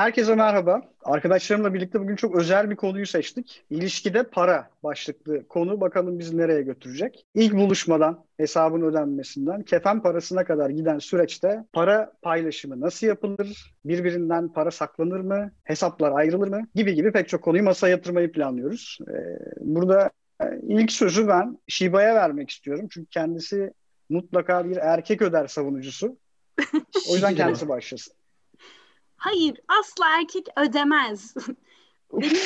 Herkese merhaba. Arkadaşlarımla birlikte bugün çok özel bir konuyu seçtik. İlişkide para başlıklı konu bakalım bizi nereye götürecek. İlk buluşmadan, hesabın ödenmesinden, kefen parasına kadar giden süreçte para paylaşımı nasıl yapılır? Birbirinden para saklanır mı? Hesaplar ayrılır mı? Gibi gibi pek çok konuyu masaya yatırmayı planlıyoruz. Burada ilk sözü ben Şiba'ya vermek istiyorum. Çünkü kendisi mutlaka bir erkek öder savunucusu. O yüzden Şirin. kendisi başlasın. Hayır, asla erkek ödemez. Benim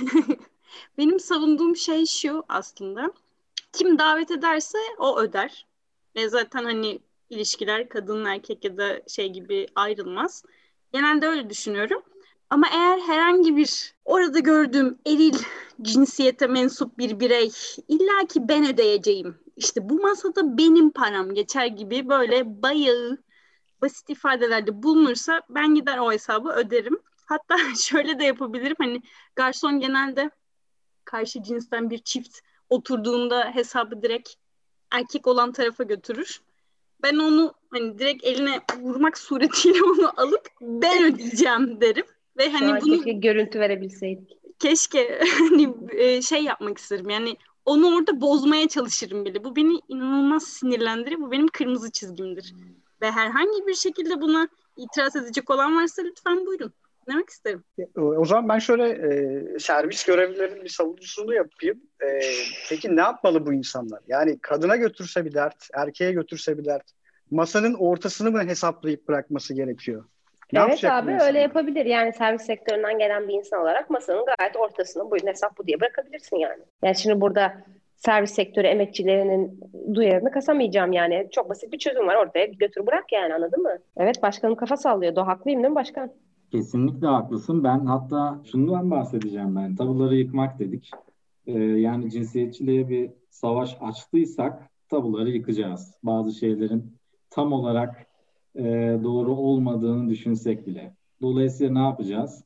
benim savunduğum şey şu aslında. Kim davet ederse o öder. Ve zaten hani ilişkiler kadın erkek ya da şey gibi ayrılmaz. Genelde öyle düşünüyorum. Ama eğer herhangi bir orada gördüğüm eril cinsiyete mensup bir birey illaki ben ödeyeceğim, İşte bu masada benim param geçer gibi böyle bayağı basit ifadelerde bulunursa ben gider o hesabı öderim. Hatta şöyle de yapabilirim. Hani garson genelde karşı cinsten bir çift oturduğunda hesabı direkt erkek olan tarafa götürür. Ben onu hani direkt eline vurmak suretiyle onu alıp ben ödeyeceğim derim. Ve Şu hani an bunu keşke görüntü verebilseydik. keşke hani şey yapmak isterim. Yani onu orada bozmaya çalışırım bile. Bu beni inanılmaz sinirlendirir. Bu benim kırmızı çizgimdir. Ve herhangi bir şekilde buna itiraz edecek olan varsa lütfen buyurun. Demek isterim. O zaman ben şöyle servis görevlilerinin bir savunucusunu yapayım. Peki ne yapmalı bu insanlar? Yani kadına götürse bir dert, erkeğe götürse bir dert. Masanın ortasını mı hesaplayıp bırakması gerekiyor? Ne Evet yapacak bu abi öyle insanlar? yapabilir. Yani servis sektöründen gelen bir insan olarak masanın gayet ortasına buyurun hesap bu diye bırakabilirsin yani. Yani şimdi burada servis sektörü emekçilerinin duyarını kasamayacağım yani. Çok basit bir çözüm var ortaya götür bırak yani anladın mı? Evet başkanım kafa sallıyor. Haklıyım değil mi başkan? Kesinlikle haklısın. Ben hatta şundan bahsedeceğim ben. Tabuları yıkmak dedik. Yani cinsiyetçiliğe bir savaş açtıysak tabuları yıkacağız. Bazı şeylerin tam olarak e, doğru olmadığını düşünsek bile. Dolayısıyla ne yapacağız?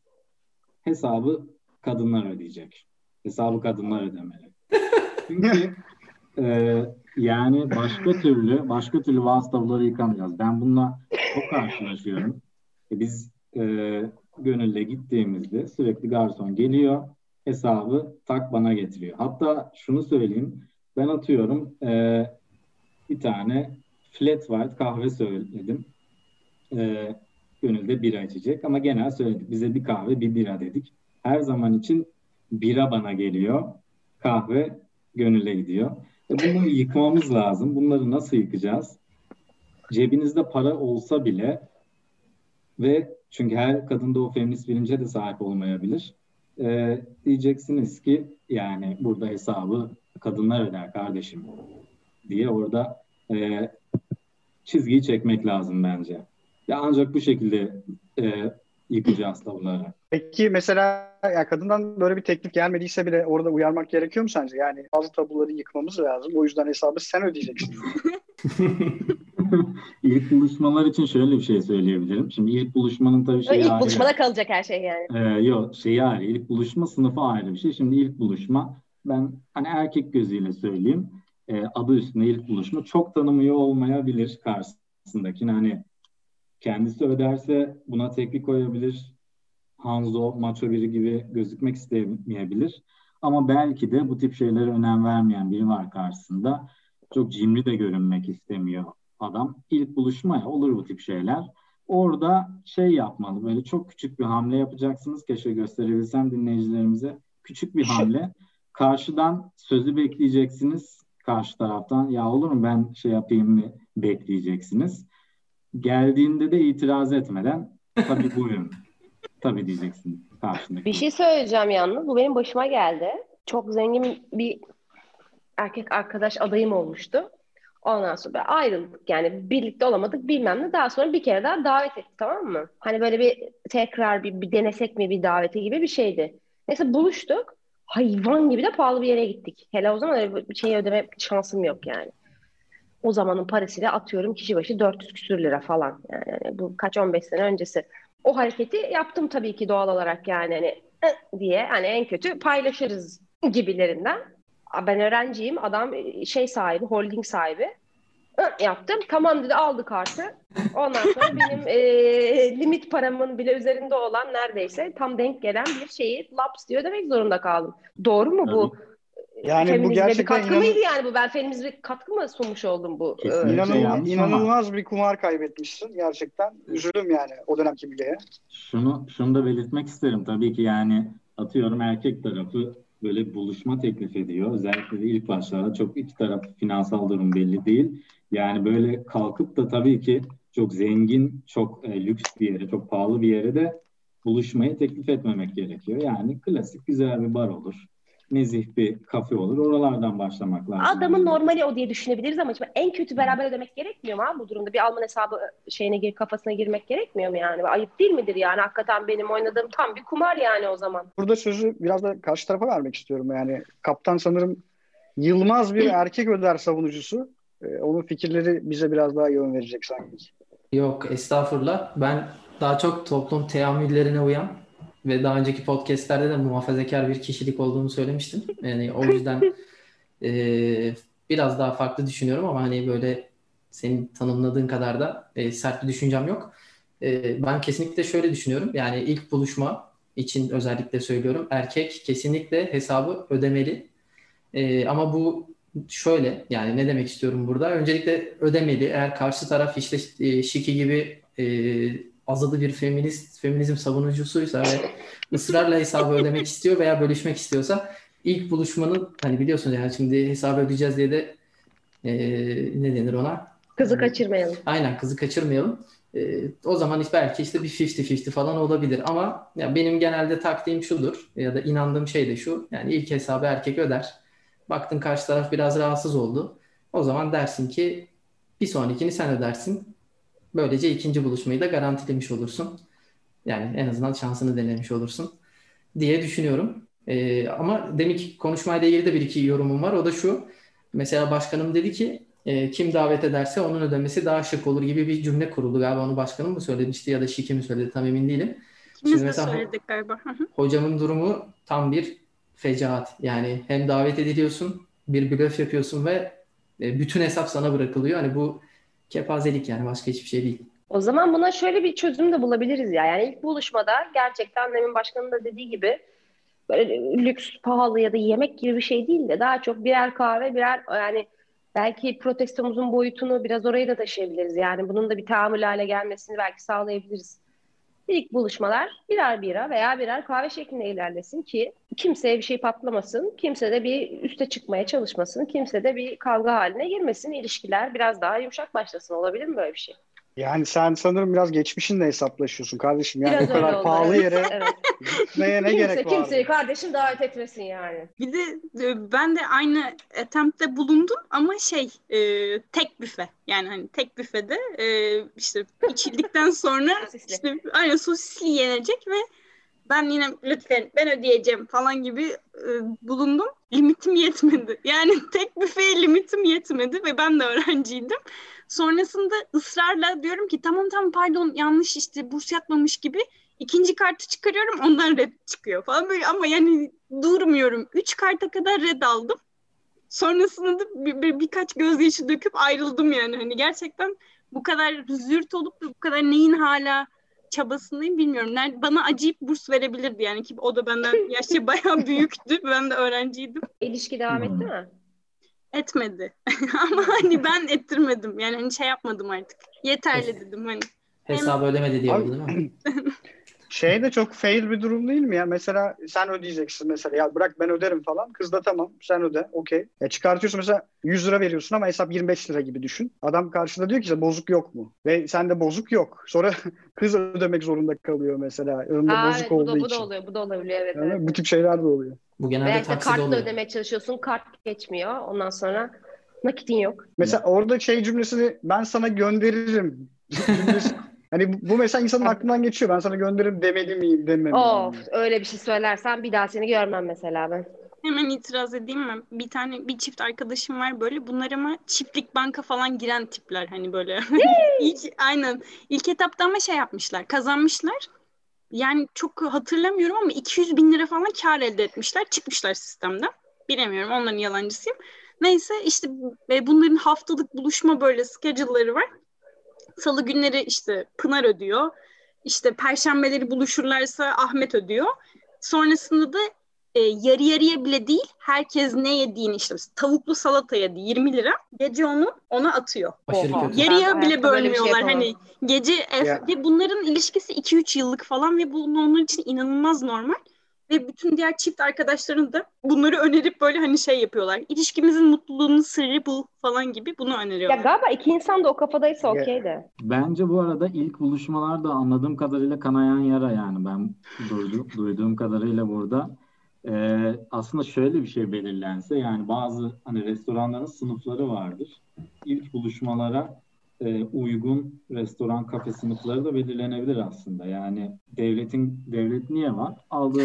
Hesabı kadınlar ödeyecek. Hesabı kadınlar ödemeli. Çünkü e, yani başka türlü bazı tabuları yıkamayacağız. Ben bununla çok karşılaşıyorum. Biz gönülle gittiğimizde sürekli garson geliyor, hesabı tak bana getiriyor. Hatta şunu söyleyeyim, ben atıyorum bir tane flat white kahve söyledim. E, Gönülde bira içecek ama genel söyledik. Bize bir kahve bir bira dedik. Her zaman için bira bana geliyor, kahve gönüle gidiyor. Bunları yıkmamız lazım. Bunları nasıl yıkacağız? Cebinizde para olsa bile ve çünkü her kadın da o feminist bilince de sahip olmayabilir. Diyeceksiniz ki yani burada hesabı kadınlar öder kardeşim diye orada e, çizgiyi çekmek lazım bence. Ya ancak bu şekilde yıkacağız tabuları. Peki mesela ya kadından böyle bir teklif gelmediyse bile orada uyarmak gerekiyor mu sence? Yani bazı tabuları yıkmamız lazım. O yüzden hesabı sen ödeyeceksin. İlk buluşmalar için şöyle bir şey söyleyebilirim. Şimdi ilk buluşmanın tabii şeyi İlk ayrı. buluşmada kalacak her şey yani. Yok şeyi ayrı. İlk buluşma sınıfı ayrı bir şey. Şimdi ilk buluşma ben hani erkek gözüyle söyleyeyim. Adı üstünde ilk buluşma. Çok tanımıyor olmayabilir karşısındakini. Hani kendisi öderse buna tepki koyabilir. Hanzo, maço biri gibi gözükmek istemeyebilir. Ama belki de bu tip şeylere önem vermeyen biri var karşısında. Çok cimri de görünmek istemiyor adam. İlk buluşma ya olur bu tip şeyler. Orada şey yapmalı. Böyle çok küçük bir hamle yapacaksınız. Keşke gösterebilsem dinleyicilerimize. Küçük bir hamle. Karşıdan sözü bekleyeceksiniz. Karşı taraftan ya olur mu ben şey yapayım mı bekleyeceksiniz. Geldiğinde de itiraz etmeden tabii buyurun. Tabii diyeceksin Bir karşındaki. şey söyleyeceğim yalnız. Bu benim başıma geldi. Çok zengin bir erkek arkadaş adayım olmuştu. Ondan sonra ayrıldık yani birlikte olamadık bilmem ne. Daha sonra bir kere daha davet etti tamam mı? Hani böyle bir tekrar bir denesek mi bir daveti gibi bir şeydi. Neyse buluştuk. Hayvan gibi de pahalı bir yere gittik. Hele o zaman öyle bir şeyi ödeme şansım yok yani. O zamanın parasıyla atıyorum kişi başı 400 küsür lira falan. Yani bu kaç 15 sene öncesi. O hareketi yaptım tabii ki doğal olarak yani hani diye hani en kötü paylaşırız gibilerinden. Ben öğrenciyim. Adam şey sahibi, holding sahibi. yaptım. Tamam dedi, aldı kartı. Ondan sonra benim limit paramın bile üzerinde olan neredeyse tam denk gelen bir şeyi laps diyor demek zorunda kaldım. Doğru mu bu? Yani bu Feminizme bir gerçekten katkı mıydı yani bu? Ben feminizme katkı mı sunmuş oldum bu? Kesinlikle yanlış ama inanılmaz bir kumar kaybetmişsin. Gerçekten üzüldüm yani o dönemki bileğe. şunu da belirtmek isterim. Tabii ki yani atıyorum erkek tarafı böyle buluşma teklif ediyor. Özellikle de ilk başlarda çok iki taraf finansal durum belli değil. Yani böyle kalkıp da tabii ki çok zengin, çok lüks bir yere, çok pahalı bir yere de buluşmayı teklif etmemek gerekiyor. Yani klasik güzel bir bar olur. Nezih bir kafe olur. Oralardan başlamak lazım. Adamın normali o diye düşünebiliriz ama şimdi en kötü beraber ödemek gerekmiyor mu abi bu durumda? Bir Alman hesabı kafasına girmek gerekmiyor mu yani? Ayıp değil midir yani? Hakikaten benim oynadığım tam bir kumar yani o zaman. Burada sözü biraz da karşı tarafa vermek istiyorum. Yani kaptan sanırım Yılmaz bir erkek öder savunucusu. Onun fikirleri bize biraz daha yön verecek sanki. Yok, estağfurullah. Ben daha çok toplum teamüllerine uyan ve daha önceki podcastlerde de muhafazakar bir kişilik olduğumu söylemiştim. Yani o yüzden biraz daha farklı düşünüyorum ama hani böyle senin tanımladığın kadar da sert bir düşüncem yok. Ben kesinlikle şöyle düşünüyorum. Yani ilk buluşma için özellikle söylüyorum. Erkek kesinlikle hesabı ödemeli. Ama bu şöyle, yani ne demek istiyorum burada? Öncelikle ödemeli. Eğer karşı taraf işte Şiki gibi azılı bir feminizm savunucusuysa ve ısrarla hesabı ödemek istiyor veya bölüşmek istiyorsa ilk buluşmanın, hani biliyorsunuz yani şimdi hesabı ödeyeceğiz diye de ne denir ona? Kızı kaçırmayalım. Aynen, kızı kaçırmayalım. O zaman belki işte bir 50-50 falan olabilir ama ya benim genelde taktiğim şudur ya da inandığım şey de şu: yani ilk hesabı erkek öder. Baktın karşı taraf biraz rahatsız oldu. O zaman dersin ki bir sonrakini sen ödersin. Böylece ikinci buluşmayı da garantilemiş olursun. Yani en azından şansını denemiş olursun diye düşünüyorum. Ama deminki konuşmayla ilgili de bir iki yorumum var. O da şu: mesela başkanım dedi ki kim davet ederse onun ödemesi daha şık olur gibi bir cümle kuruldu. Galiba onu başkanım mı söylemişti ya da Şiki mi söyledi, tam emin değilim. İkimiz Şimdi de mesela söyledik galiba. hocamın durumu tam bir fecaat. Yani hem davet ediliyorsun, bir blöf yapıyorsun ve bütün hesap sana bırakılıyor. Hani bu kepazelik, yani başka hiçbir şey değil. O zaman buna şöyle bir çözüm de bulabiliriz ya. Yani ilk buluşmada gerçekten demin başkanın da dediği gibi böyle lüks, pahalı ya da yemek gibi bir şey değil de daha çok birer kahve, birer yani belki protestomuzun boyutunu biraz oraya da taşıyabiliriz. Yani bunun da bir tahammül hale gelmesini belki sağlayabiliriz. İlk buluşmalar birer bira veya birer kahve şeklinde ilerlesin ki kimseye bir şey patlamasın, kimse de bir üste çıkmaya çalışmasın, kimse de bir kavga haline girmesin, ilişkiler biraz daha yumuşak başlasın. Olabilir mi böyle bir şey? Yani sen sanırım biraz geçmişinle hesaplaşıyorsun kardeşim. Yani Biraz o öyle kadar oldu. pahalı Evet. yere Evet. gitmeye ne gerek var? Kimseyi kardeşim davet etmesin yani. Bir de ben de aynı attempt'te bulundum ama tek büfe. Yani hani tek büfede işte içildikten sonra Sosisli. işte aynen sosisli yenecek ve ben yine lütfen ben ödeyeceğim falan gibi bulundum. Limitim yetmedi. Yani tek büfeye limitim yetmedi ve ben de öğrenciydim. Sonrasında ısrarla diyorum ki tamam pardon yanlış işte burs yatmamış gibi. İkinci kartı çıkarıyorum, ondan red çıkıyor falan böyle ama yani durmuyorum. 3 karta kadar red aldım. Sonrasında da birkaç gözyaşı döküp ayrıldım yani. Hani gerçekten bu kadar zürt olup da bu kadar neyin hala çabasındayım bilmiyorum. Bana acıyıp burs verebilirdi yani ki o da benden yaşça bayağı büyüktü. Ben de öğrenciydim. İlişki devam etti mi? Etmedi. Ama hani ben ettirmedim. Yani hani şey yapmadım artık. Yeterli dedim hani. Hesabı ödemedi diye Abi, oldu değil mi? Şey de çok fail bir durum değil mi ya? Mesela sen ödeyeceksin mesela. Ya bırak ben öderim falan. Kız da tamam sen öde. Okey. Çıkartıyorsun mesela 100 lira veriyorsun ama hesap 25 lira gibi düşün. Adam karşında diyor ki işte bozuk yok mu? Ve sende bozuk yok. Sonra kız ödemek zorunda kalıyor mesela. Önünde bozuk Evet olduğu bu da için. oluyor. Bu da olabiliyor evet. Yani Evet. bu tip şeyler de oluyor. Bu Veya genelde işte takside kartla oluyor. ödemeye çalışıyorsun. Kart geçmiyor. Ondan sonra nakitin yok. Mesela orada şey cümlesini ben sana gönderirim cümlesi. Hani bu mesela insanın aklından geçiyor. Ben sana gönderirim demeli miyim dememeli miyim? Öyle bir şey söylersen bir daha seni görmem mesela ben. Hemen itiraz edeyim mi? Bir çift arkadaşım var böyle. Bunlar ama çiftlik banka falan giren tipler hani böyle. Aynen. İlk etapta ama şey yapmışlar. Kazanmışlar. Yani çok hatırlamıyorum ama 200 bin lira falan kar elde etmişler. Çıkmışlar sistemden. Bilemiyorum onların yalancısıyım. Neyse işte bunların haftalık buluşma böyle schedule'ları var. Salı günleri işte Pınar ödüyor. İşte perşembeleri buluşurlarsa Ahmet ödüyor. Sonrasında da yarı yarıya bile değil, herkes ne yediğini işte tavuklu salata yedi 20 lira. Gece onu ona atıyor. Aşırı Oha. kötü. Yarıya Ben bile hayatta böyle bir şey bölmüyorlar. yapamam. Hani gece Ya. ve bunların ilişkisi 2-3 yıllık falan ve bu onlar için inanılmaz normal. Ve bütün diğer çift arkadaşların da bunları önerip böyle hani şey yapıyorlar. İlişkimizin mutluluğunun sırrı bu falan gibi bunu Ya öneriyorlar. galiba iki insan da o kafadaysa Ya. okey de. Bence bu arada ilk buluşmalarda anladığım kadarıyla kanayan yara yani ben duyduğum kadarıyla burada. Aslında şöyle bir şey belirlense yani bazı hani restoranların sınıfları vardır. İlk buluşmalara uygun restoran kafe sınıfları da belirlenebilir aslında. Yani devlet niye var? Aldığı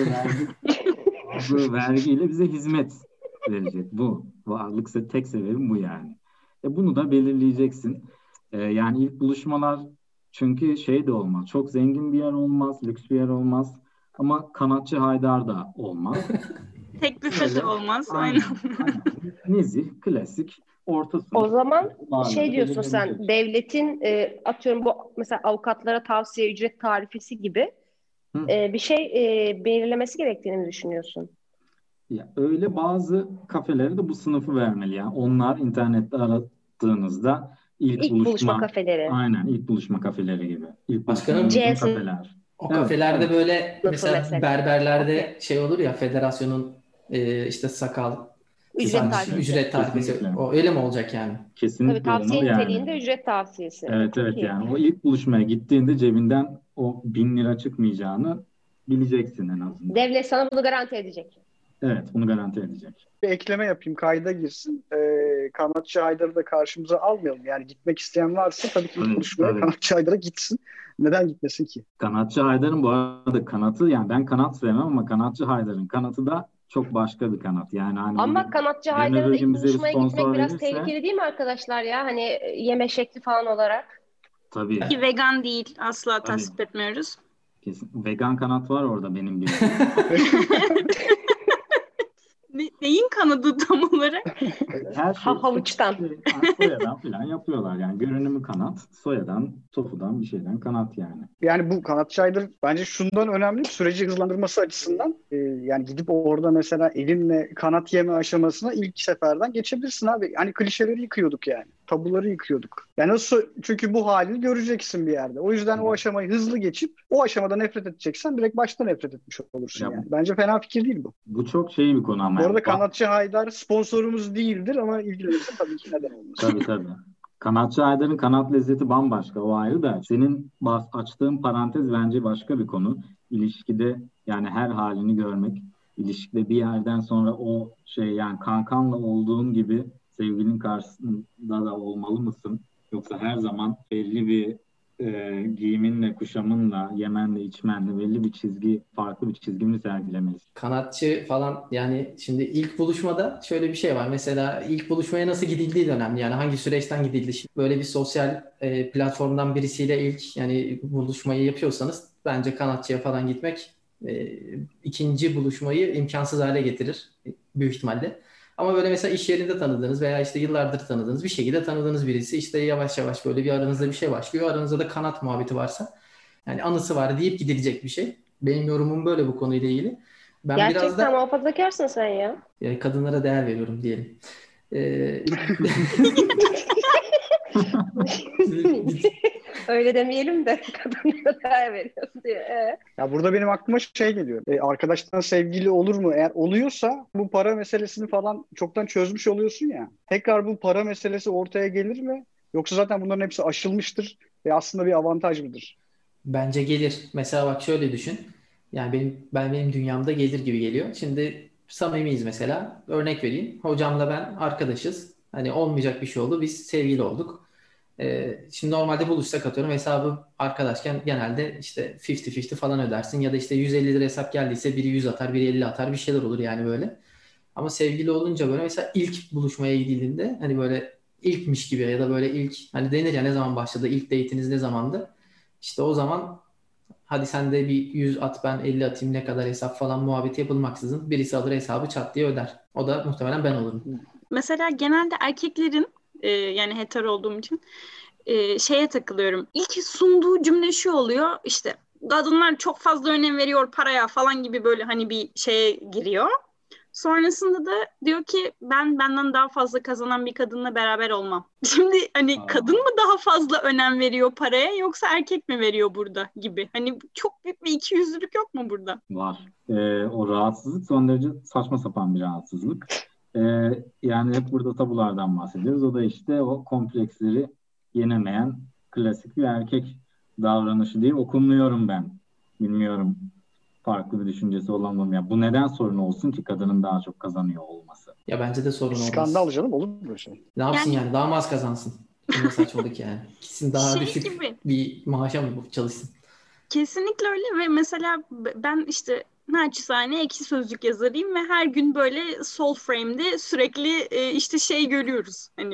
vergiyle bize hizmet verecek. Bu varlık tek sebebim bu yani. Bunu da belirleyeceksin. Yani ilk buluşmalar çünkü şey de olmaz. Çok zengin bir yer olmaz, lüks bir yer olmaz. Ama Kanatçı Haydar da olmaz. Tek büfe de olmaz. Aynen. Nezih, klasik, orta sınıf. O zaman varlığı şey diyorsun sen, belirlenecek. devletin atıyorum bu mesela avukatlara tavsiye ücret tarifesi gibi Hı. bir şey belirlemesi gerektiğini mi düşünüyorsun? Ya, öyle bazı kafelere de bu sınıfı vermeli. Yani onlar internette arattığınızda ilk buluşma kafeleri. aynen ilk buluşma kafeleri gibi. İlk Başkanım, buluşma uygun C sınıfı kafeler. O Evet, kafelerde evet. böyle mesela mesela. berberlerde Okey. şey olur ya, federasyonun işte sakal Ücret saç tarifesi. ücret tarifesi. Kesinlikle. O öyle mi olacak yani? Tabii Kesinlikle tavsiye olmalı niteliğinde yani. ücret tavsiyesi. Evet Çok evet iyi. yani o ilk buluşmaya gittiğinde cebinden o 1.000 lira çıkmayacağını bileceksin en azından. Devlet sana bunu garanti edecek. Evet, bunu garanti edecek. Bir ekleme yapayım, kayda girsin. Kanatçı Haydar'ı da karşımıza almayalım. Yani gitmek isteyen varsa tabii ki ilk Evet, buluşmaya evet. Kanatçı Haydar'a gitsin. Neden gitmesin ki? Kanatçı Haydar'ın bu arada kanatı yani ben kanat sevmem ama Kanatçı Haydar'ın kanatı da çok başka bir kanat. Yani hani Ama bugün Kanatçı yarın Haydar'a öbür da gün ilk bize bir buluşmaya sponsor gitmek biraz verirse tehlikeli değil mi arkadaşlar ya? Hani yeme şekli falan olarak. tabii Ki vegan değil. Asla tabii tasvip etmiyoruz. kesin vegan kanat var orada benim bildiğim. Neyin kanadı tam olarak? Her şey Havuçtan. soyadan falan yapıyorlar yani görünümü kanat, soyadan, tofudan bir şeyden kanat yani. Yani bu Kanatçı Haydar bence şundan önemli, süreci hızlandırması açısından. Yani gidip orada mesela elinle kanat yeme aşamasına ilk seferden geçebilirsin abi. Hani klişeleri yıkıyorduk yani. Tabuları yıkıyorduk. Yani nasıl, çünkü bu halini göreceksin bir yerde. O yüzden o aşamayı hızlı geçip o aşamada nefret edeceksen direkt başta nefret etmiş olursun Ya, yani. Bence fena fikir değil bu. bu çok şey bir konu ama Bu yani. arada Kanatçı Haydar sponsorumuz değildir ama ilgilenirse tabii ki neden olmasın. Tabii tabii. Kanatçı Haydar'ın kanat lezzeti bambaşka, o ayrı da. Senin açtığın parantez bence başka bir konu. İlişkide yani her halini görmek. İlişkide bir yerden sonra o şey yani kankanla olduğun gibi sevgilinin karşısında da olmalı mısın? Yoksa her zaman belli bir giyiminle, kuşamınla, yemenle, içmenle belli bir çizgi, farklı bir çizgi mi sergilemelisin? Kanatçı falan yani şimdi ilk buluşmada şöyle bir şey var. Mesela ilk buluşmaya nasıl gidildiği de önemli. Yani hangi süreçten gidildi. Şimdi böyle bir sosyal platformdan birisiyle ilk yani buluşmayı yapıyorsanız bence kanatçıya falan gitmek ikinci buluşmayı imkansız hale getirir büyük ihtimalle. Ama böyle mesela iş yerinde tanıdığınız veya işte yıllardır tanıdığınız bir şekilde tanıdığınız birisi işte yavaş yavaş böyle bir aranızda bir şey başlıyor. Aranızda da kanat muhabbeti varsa yani anısı var deyip gidilecek bir şey. Benim yorumum böyle bu konuyla ilgili. Ben biraz Gerçekten da muhafazakarsın sen ya. yani kadınlara değer veriyorum diyelim. Öyle demeyelim de kadınlara değer veriyorsun diye. Ya burada benim aklıma şey geliyor. Arkadaştan sevgili olur mu? Eğer oluyorsa bu para meselesini falan çoktan çözmüş oluyorsun ya. Tekrar bu para meselesi ortaya gelir mi? Yoksa zaten bunların hepsi aşılmıştır ve aslında bir avantaj mıdır? Bence gelir. Mesela bak şöyle düşün. Yani benim dünyamda gelir gibi geliyor. Şimdi samimiyiz mesela. Örnek vereyim. Hocamla ben arkadaşız. Hani olmayacak bir şey oldu. Biz sevgili olduk. Şimdi normalde buluşsak atıyorum hesabı arkadaşken genelde işte 50-50 falan ödersin. Ya da işte 150 lira hesap geldiyse biri 100 atar, biri 50 atar bir şeyler olur yani böyle. Ama sevgili olunca böyle mesela ilk buluşmaya gidildiğinde hani böyle ilkmiş gibi ya da böyle ilk hani denir ya ne zaman başladı, ilk date'iniz ne zamandı? İşte o zaman hadi sen de bir 100 at ben 50 atayım ne kadar hesap falan muhabbeti yapılmaksızın birisi alır hesabı çat diye öder. O da muhtemelen ben olurum. Mesela genelde erkeklerin yani hetero olduğum için şeye takılıyorum. İlk sunduğu cümle şu oluyor, işte kadınlar çok fazla önem veriyor paraya falan gibi, böyle hani bir şeye giriyor. Sonrasında da diyor ki ben benden daha fazla kazanan bir kadınla beraber olmam. Şimdi hani kadın mı daha fazla önem veriyor paraya, yoksa erkek mi veriyor burada gibi. Hani çok büyük bir ikiyüzlülük yok mu burada? Var. O rahatsızlık son derece saçma sapan bir rahatsızlık. Yani hep burada tabulardan bahsediyoruz. O da işte o kompleksleri yenemeyen klasik bir erkek davranışı diye okumluyorum ben. Bilmiyorum, farklı bir düşüncesi olan mı? Ya bu neden sorun olsun ki kadının daha çok kazanıyor olması? Ya bence de sorun olmaz. Skandal canım, olur mu böyle şey? Ne yapsın yani? Daha mı az kazansın? Yine saçmalık yani. Gitsin daha düşük gibi. bir maaşa mı çalışsın? Kesinlikle öyle ve mesela ben işte naçizane ekşi sözlük yazarıyım ve her gün böyle Soul Frame'de sürekli işte şey görüyoruz. Hani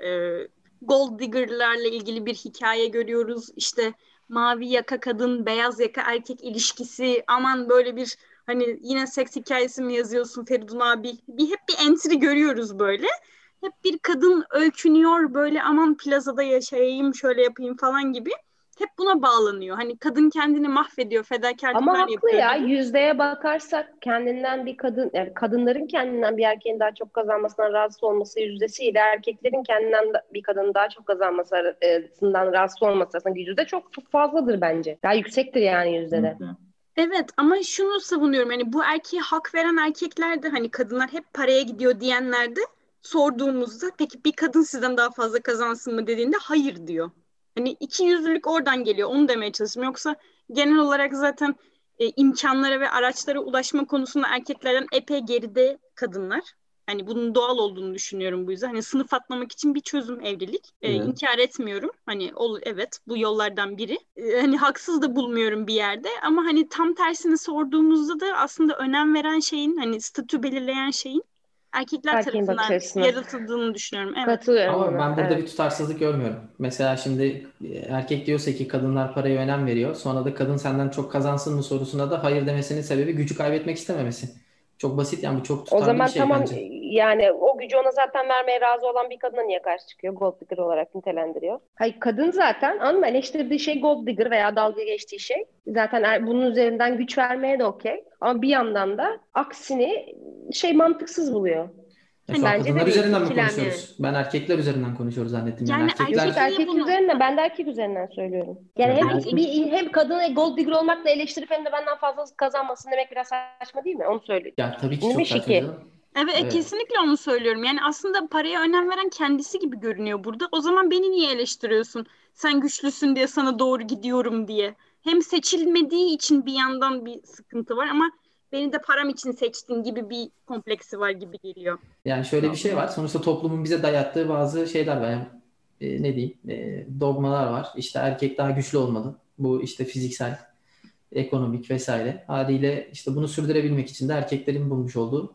gold digger'larla ilgili bir hikaye görüyoruz. İşte mavi yaka kadın, beyaz yaka erkek ilişkisi. Aman böyle bir hani yine seks hikayesi mi yazıyorsun Feridun abi? Hep bir entry görüyoruz böyle. Hep bir kadın öykünüyor böyle, aman plazada yaşayayım, şöyle yapayım falan gibi. Hep buna bağlanıyor. Hani kadın kendini mahvediyor, fedakarlıklar Ama haklı yapıyor ya. gibi. Yüzdeye bakarsak kendinden bir kadın, yani kadınların kendinden bir erkeğin daha çok kazanmasından rahatsız olması yüzdesiyle erkeklerin kendinden bir kadının daha çok kazanmasından rahatsız olması aslında yüzde çok çok fazladır bence. Daha yüksektir yani yüzdede. Evet. Evet ama şunu savunuyorum, hani bu erkeğe hak veren erkekler de, hani kadınlar hep paraya gidiyor diyenler de, sorduğumuzda peki bir kadın sizden daha fazla kazansın mı dediğinde hayır diyor. Hani ikiyüzlülük oradan geliyor, onu demeye çalışıyorum. Yoksa genel olarak zaten imkanlara ve araçlara ulaşma konusunda erkeklerden epey geride kadınlar. Hani bunun doğal olduğunu düşünüyorum bu yüzden. Hani sınıf atlamak için bir çözüm evlilik. Evet. İnkar etmiyorum. Hani evet, bu yollardan biri. Hani haksız da bulmuyorum bir yerde, ama hani tam tersini sorduğumuzda da aslında önem veren şeyin, hani statü belirleyen şeyin erkekler Erkeğin bakış tarafından açısına. yaratıldığını düşünüyorum. Evet. Katılıyorum Ama buna. ben burada Evet. bir tutarsızlık görmüyorum. Mesela şimdi erkek diyorsa ki kadınlar paraya önem veriyor. Sonra da kadın senden çok kazansın mı sorusuna da hayır demesinin sebebi gücü kaybetmek istememesi. Çok basit yani, bu çok O tutarlı bir zaman şey tamam, bence. yani o gücü ona zaten vermeye razı olan bir kadına niye karşı çıkıyor? Gold digger olarak nitelendiriyor. Hayır, kadın zaten anladın mı? Eleştirdiği şey gold digger veya dalga geçtiği şey. Zaten bunun üzerinden güç vermeye de okey. Ama bir yandan da aksini mantıksız buluyor. Ya şu an Bence de kadınlar bir üzerinden mi ikilem konuşuyoruz? Ben erkekler üzerinden konuşuyoruz zannettim. Yani Yani Yok erkekler yok, erkek niye erkek bunu... üzerinden. Ben de erkek üzerinden söylüyorum. Yani Ya hem erkek- hem kadını gold digger olmakla eleştirip hem de benden fazla kazanmasın demek biraz saçma değil mi? Onu söyleyeyim. ya tabii ki çok Demiş saçma iki. canım. Evet, Evet. kesinlikle onu söylüyorum. Yani aslında paraya önem veren kendisi gibi görünüyor burada. O zaman beni niye eleştiriyorsun? Sen güçlüsün diye, sana doğru gidiyorum diye. Hem seçilmediği için bir yandan bir sıkıntı var, ama beni de param için seçtin gibi bir kompleksi var gibi geliyor. Yani şöyle bir şey var. Sonuçta toplumun bize dayattığı bazı şeyler var. Yani, ne diyeyim? Dogmalar var. İşte erkek daha güçlü olmalı. Bu işte fiziksel, ekonomik vesaire. Haliyle işte bunu sürdürebilmek için de erkeklerin bulmuş olduğu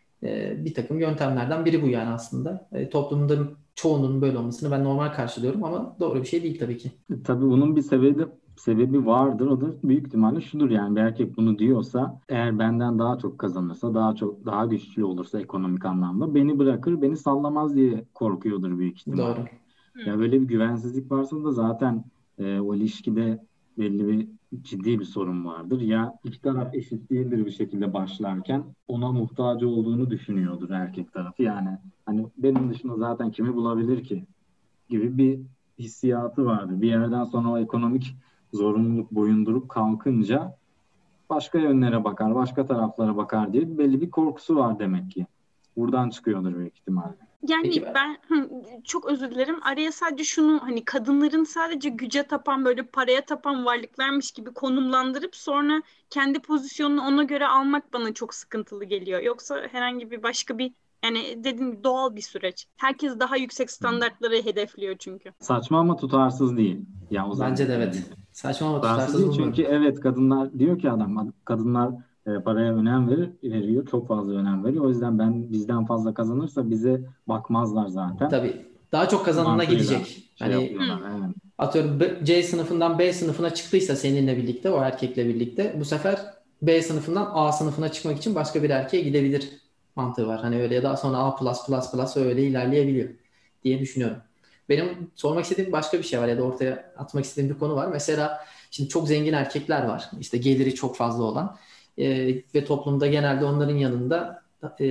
bir takım yöntemlerden biri bu yani aslında. Toplumda çoğunun böyle olmasını ben normal karşılıyorum ama doğru bir şey değil tabii ki. Tabii bunun bir sebebi vardır. O da büyük ihtimalle şudur: yani bir erkek bunu diyorsa, eğer benden daha çok kazanırsa, daha güçlü olursa ekonomik anlamda, beni bırakır, beni sallamaz diye korkuyordur büyük ihtimalle. Doğru. Ya böyle bir güvensizlik varsa da zaten o ilişkide belli bir ciddi bir sorun vardır. Ya iki taraf eşit değildir bir şekilde başlarken, ona muhtaç olduğunu düşünüyordur erkek tarafı. Yani hani benim dışında zaten kimi bulabilir ki gibi bir hissiyatı vardır. Bir yerden sonra o ekonomik zorunluluk boyundurup kalkınca başka yönlere bakar, başka taraflara bakar diye belli bir korkusu var demek ki. Buradan çıkıyordur büyük ihtimalle. Peki Yani ben çok özür dilerim. Araya sadece şunu, hani kadınların sadece güce tapan, böyle paraya tapan varlıklarmış gibi konumlandırıp sonra kendi pozisyonunu ona göre almak bana çok sıkıntılı geliyor. Yoksa herhangi bir başka bir, yani dediğim gibi doğal bir süreç. Herkes daha yüksek standartları hedefliyor çünkü. Saçma ama tutarsız değil. Ya o zaman bence de dediğim evet. gibi. Saçma ama Tutarsız tutarsız değil çünkü bulmuyorum. evet, kadınlar diyor ki adam, kadınlar paraya önem veriyor, çok fazla önem veriyor. O yüzden bizden fazla kazanırsa bize bakmazlar zaten. Tabii daha çok kazanana Mantığıyla gidecek. şey Hani yapıyorlar. Evet. atıyorum C sınıfından B sınıfına çıktıysa seninle birlikte, o erkekle birlikte, bu sefer B sınıfından A sınıfına çıkmak için başka bir erkeğe gidebilir mantığı var. Hani öyle ya da sonra A+++ öyle ilerleyebiliyor diye düşünüyorum. Benim sormak istediğim başka bir şey var ya da ortaya atmak istediğim bir konu var. Mesela şimdi çok zengin erkekler var. İşte geliri çok fazla olan ve toplumda genelde onların yanında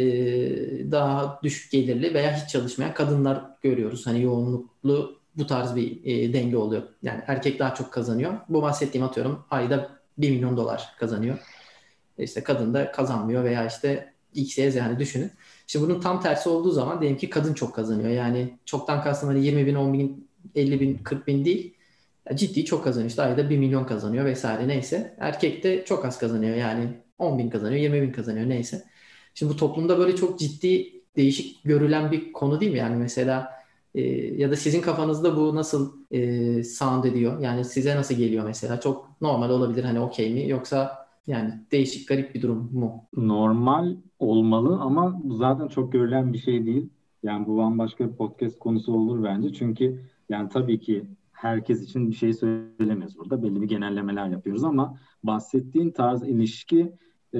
daha düşük gelirli veya hiç çalışmayan kadınlar görüyoruz. Hani yoğunluklu bu tarz bir denge oluyor. Yani erkek daha çok kazanıyor. Bu bahsettiğim atıyorum ayda 1 milyon dolar kazanıyor. İşte kadın da kazanmıyor veya işte X, Y, Z hani düşünün. Şimdi bunun tam tersi olduğu zaman diyelim ki kadın çok kazanıyor. Yani çoktan kastım hani 20 bin, 10 bin, 50 bin, 40 bin değil. Ciddi çok kazanıyor. İşte ayda 1 milyon kazanıyor vesaire neyse. Erkek de çok az kazanıyor. Yani 10 bin kazanıyor, 20 bin kazanıyor neyse. Şimdi bu toplumda böyle çok ciddi değişik görülen bir konu değil mi? Yani mesela ya da sizin kafanızda bu nasıl sound ediyor? Yani size nasıl geliyor mesela? Çok normal olabilir hani okey mi? Yoksa yani değişik garip bir durum mu? Normal olmalı ama bu zaten çok görülen bir şey değil. Yani bu bambaşka bir podcast konusu olur bence. Çünkü yani tabii ki herkes için bir şey söylemiyoruz burada. Belli bir genellemeler yapıyoruz ama bahsettiğin tarz ilişki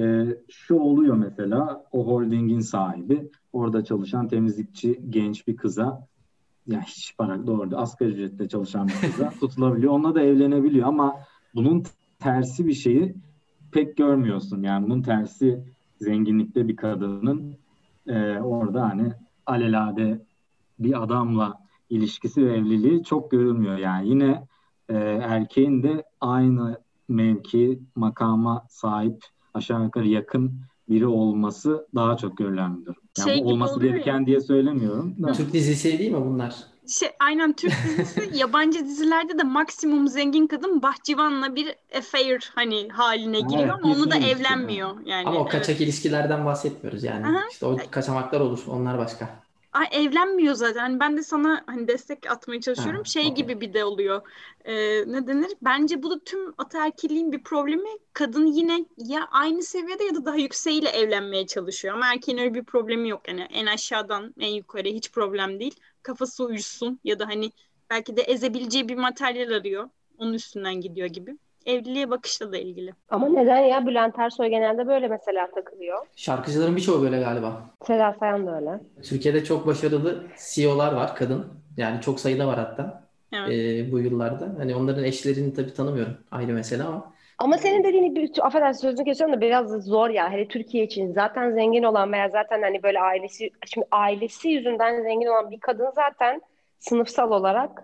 şu oluyor mesela o holdingin sahibi orada çalışan temizlikçi genç bir kıza ya hiç para doğru asgari ücretle çalışan bir kıza tutulabiliyor. Onunla da evlenebiliyor ama bunun tersi bir şeyi pek görmüyorsun. Yani bunun tersi zenginlikte bir kadının orada hani alelade bir adamla ilişkisi ve evliliği çok görülmüyor. Yani yine erkeğin de aynı mevki, makama sahip aşağı yukarı yakın biri olması daha çok görülen bir durum. Yani Şey bu gibi olması oluyor ya. gereken diye söylemiyorum da. Türk dizisi değil mi bunlar? Aynen Türk dizisi, yabancı dizilerde de maksimum zengin kadın bahçıvanla bir affair hani haline giriyor Evet, ama onu da cinsel ilişki. evlenmiyor Ama yani. o Evet. kaçak ilişkilerden bahsetmiyoruz yani. Aha. İşte o kaçamaklar olur. Onlar başka. Ay, evlenmiyor zaten. Hani ben de sana hani destek atmaya çalışıyorum. Ha, Şey okey. gibi bir de oluyor. Ne denir? Bence bu da tüm ataerkilliğin bir problemi. Kadın yine ya aynı seviyede ya da daha yükseğiyle evlenmeye çalışıyor. Ama erkeğin öyle bir problemi yok. Yani en aşağıdan en yukarı hiç problem değil. Kafası uyuşsun ya da hani belki de ezebileceği bir materyal arıyor. Onun üstünden gidiyor gibi. Evliliğe bakışla da ilgili. Ama neden ya? Bülent Ersoy genelde böyle mesela takılıyor. Şarkıcıların birçoğu böyle galiba. Seda Sayan da öyle. Türkiye'de çok başarılı CEO'lar var kadın. Yani çok sayıda var hatta Evet. bu yıllarda. Hani onların eşlerini tabii tanımıyorum. Ayrı mesele ama. Ama senin dediğin gibi, affedersin sözünü kesiyorum da biraz da zor ya. Hele Türkiye için zaten zengin olan veya zaten hani böyle ailesi, şimdi ailesi yüzünden zengin olan bir kadın zaten sınıfsal olarak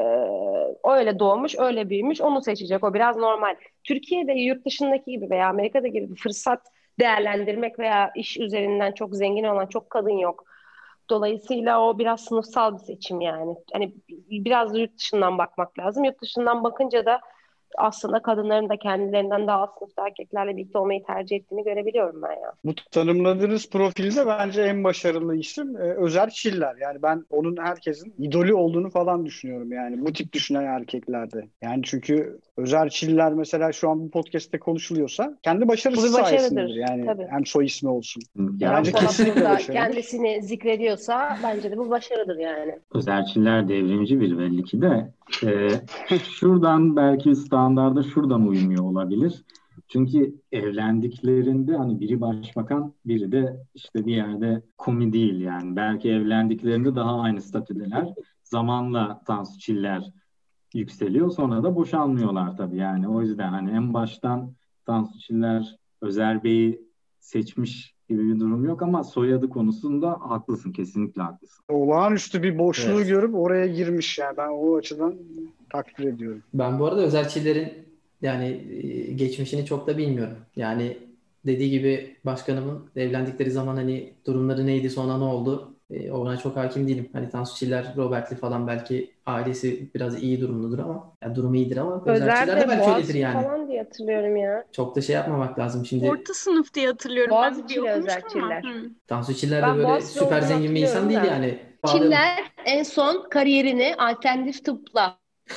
öyle doğmuş, öyle büyümüş, onu seçecek. O biraz normal. Türkiye'de yurt dışındaki gibi veya Amerika'da gibi bir fırsat değerlendirmek veya iş üzerinden çok zengin olan çok kadın yok. Dolayısıyla o biraz sınıfsal bir seçim yani. Hani biraz da yurt dışından bakmak lazım. Yurt dışından bakınca da aslında kadınların da kendilerinden daha az sınıfta erkeklerle birlikte olmayı tercih ettiğini görebiliyorum ben ya. Bu tanımladığınız profilde bence en başarılı isim Özer Çiller. Yani ben onun herkesin idolü olduğunu falan düşünüyorum yani bu tip düşünen erkeklerde. Yani çünkü Özer Çiller mesela şu an bu podcast'te konuşuluyorsa kendi Bu başarısı bir sayesindedir. başarıdır Yani tabii. hem soy ismi olsun. Ya Veya Bence Polat kesinlikle burada başarıdır. kendisini zikrediyorsa bence de bu başarıdır yani. Özerçiller devrimci bir belli ki de şuradan belki standarda şuradan uymuyor olabilir. Çünkü evlendiklerinde hani biri başbakan biri de işte bir yerde komi değil yani. Belki evlendiklerinde daha aynı statüdeler. Zamanla Tansu Çiller yükseliyor sonra da boşanmıyorlar tabii yani. O yüzden hani en baştan Tansu Çiller Özer Bey'i seçmiş gibi bir durum yok ama soyadı konusunda haklısın, kesinlikle haklısın. Olağanüstü bir boşluğu Evet. görüp oraya girmiş yani. Ben o açıdan takdir ediyorum. Ben bu arada özelçilerin yani geçmişini çok da bilmiyorum. Yani dediği gibi başkanımın evlendikleri zaman hani durumları neydi sonra ne oldu ona çok hakim değilim. Hani Tansu Çiller, Robert'li falan belki ailesi biraz iyi durumludur ama yani durumu iyidir ama Özer özelçiler de de belki öyledir Boğaziçi yani. falan diye hatırlıyorum ya. Çok da şey yapmamak lazım. Şimdi Orta sınıf diye hatırlıyorum. Ben bir Boğaziçi ile okumuştum ama. Özerçiller. Tansu Çiller de Ben böyle Boğaziçi'li süper olduğunu zengin bir insan hatırlıyorum değil da. yani. Bağlayalım. Çiller en son kariyerini alternatif tıpla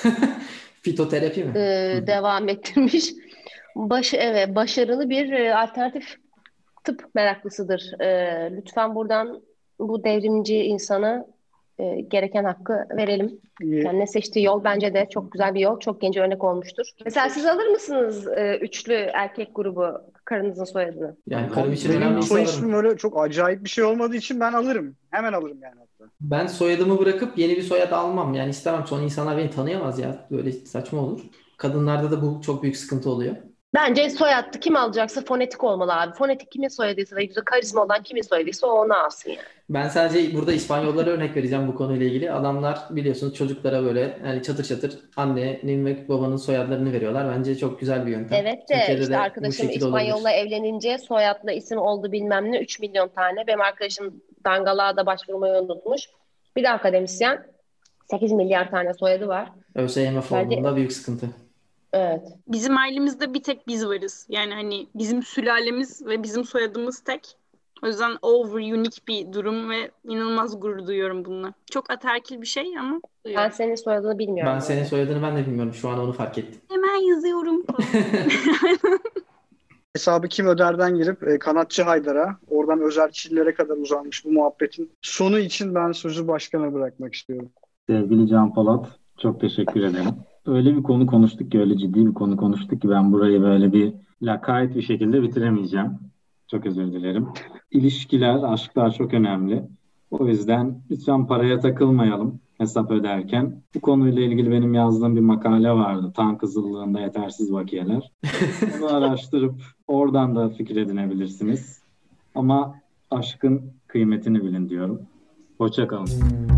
Fitoterapi mi? devam ettirmiş. Evet, başarılı bir alternatif tıp meraklısıdır. Lütfen buradan bu devrimci insana gereken hakkı verelim. İyi. Kendine seçtiği yol bence de çok güzel bir yol. Çok gence örnek olmuştur. Mesela siz alır mısınız üçlü erkek grubu karınızın soyadını? Yani karım için Benim önemliyse soy alırım. ismim öyle çok acayip bir şey olmadığı için ben alırım. Hemen alırım yani hatta. Ben soyadımı bırakıp yeni bir soyad almam. Yani istemem. Sonra insanlar beni tanıyamaz ya. Böyle saçma olur. Kadınlarda da bu çok büyük sıkıntı oluyor. Bence soyadı kim alacaksa fonetik olmalı abi. Fonetik kimin soyadıysa ve güzel karizma olan kimin soyadıysa o onu alsın yani. Ben sadece burada İspanyollara örnek vereceğim bu konuyla ilgili. Adamlar biliyorsunuz çocuklara böyle yani çatır çatır annenin ve babanın soyadlarını veriyorlar. Bence çok güzel bir yöntem. Evet de Türkiye'de işte de bu arkadaşım şekilde İspanyol'la olabilir. evlenince soyadla isim oldu bilmem ne 3 milyon tane. Benim arkadaşım Dangalak'a da başvurmayı unutmuş. Bir de akademisyen 8 milyar tane soyadı var. ÖSYM formunda Bence büyük sıkıntı. evet. Bizim ailemizde bir tek biz varız. Yani hani bizim sülalemiz ve bizim soyadımız tek. O yüzden over unique bir durum ve inanılmaz gurur duyuyorum bununla. Çok ataerkil bir şey ama Ben duyuyorum. senin soyadını bilmiyorum. Ben senin yani. soyadını ben de bilmiyorum. Şu an onu fark ettim. Hemen yazıyorum falan. Hesabı kim öderden girip Kanatçı Haydar'a, oradan Özer Çillere kadar uzanmış bu muhabbetin sonu için ben sözü başkana bırakmak istiyorum. Sevgili Can Polat, çok teşekkür ederim. Öyle bir konu konuştuk ki, öyle ciddi bir konu konuştuk ki ben burayı böyle bir lakayt bir şekilde bitiremeyeceğim. Çok özür dilerim. İlişkiler, aşklar çok önemli. O yüzden lütfen paraya takılmayalım hesap öderken. Bu konuyla ilgili benim yazdığım bir makale vardı. Tan Kızıllığında Yetersiz Bakiyeler. Onu araştırıp oradan da fikir edinebilirsiniz. Ama aşkın kıymetini bilin diyorum. Hoşça kalın.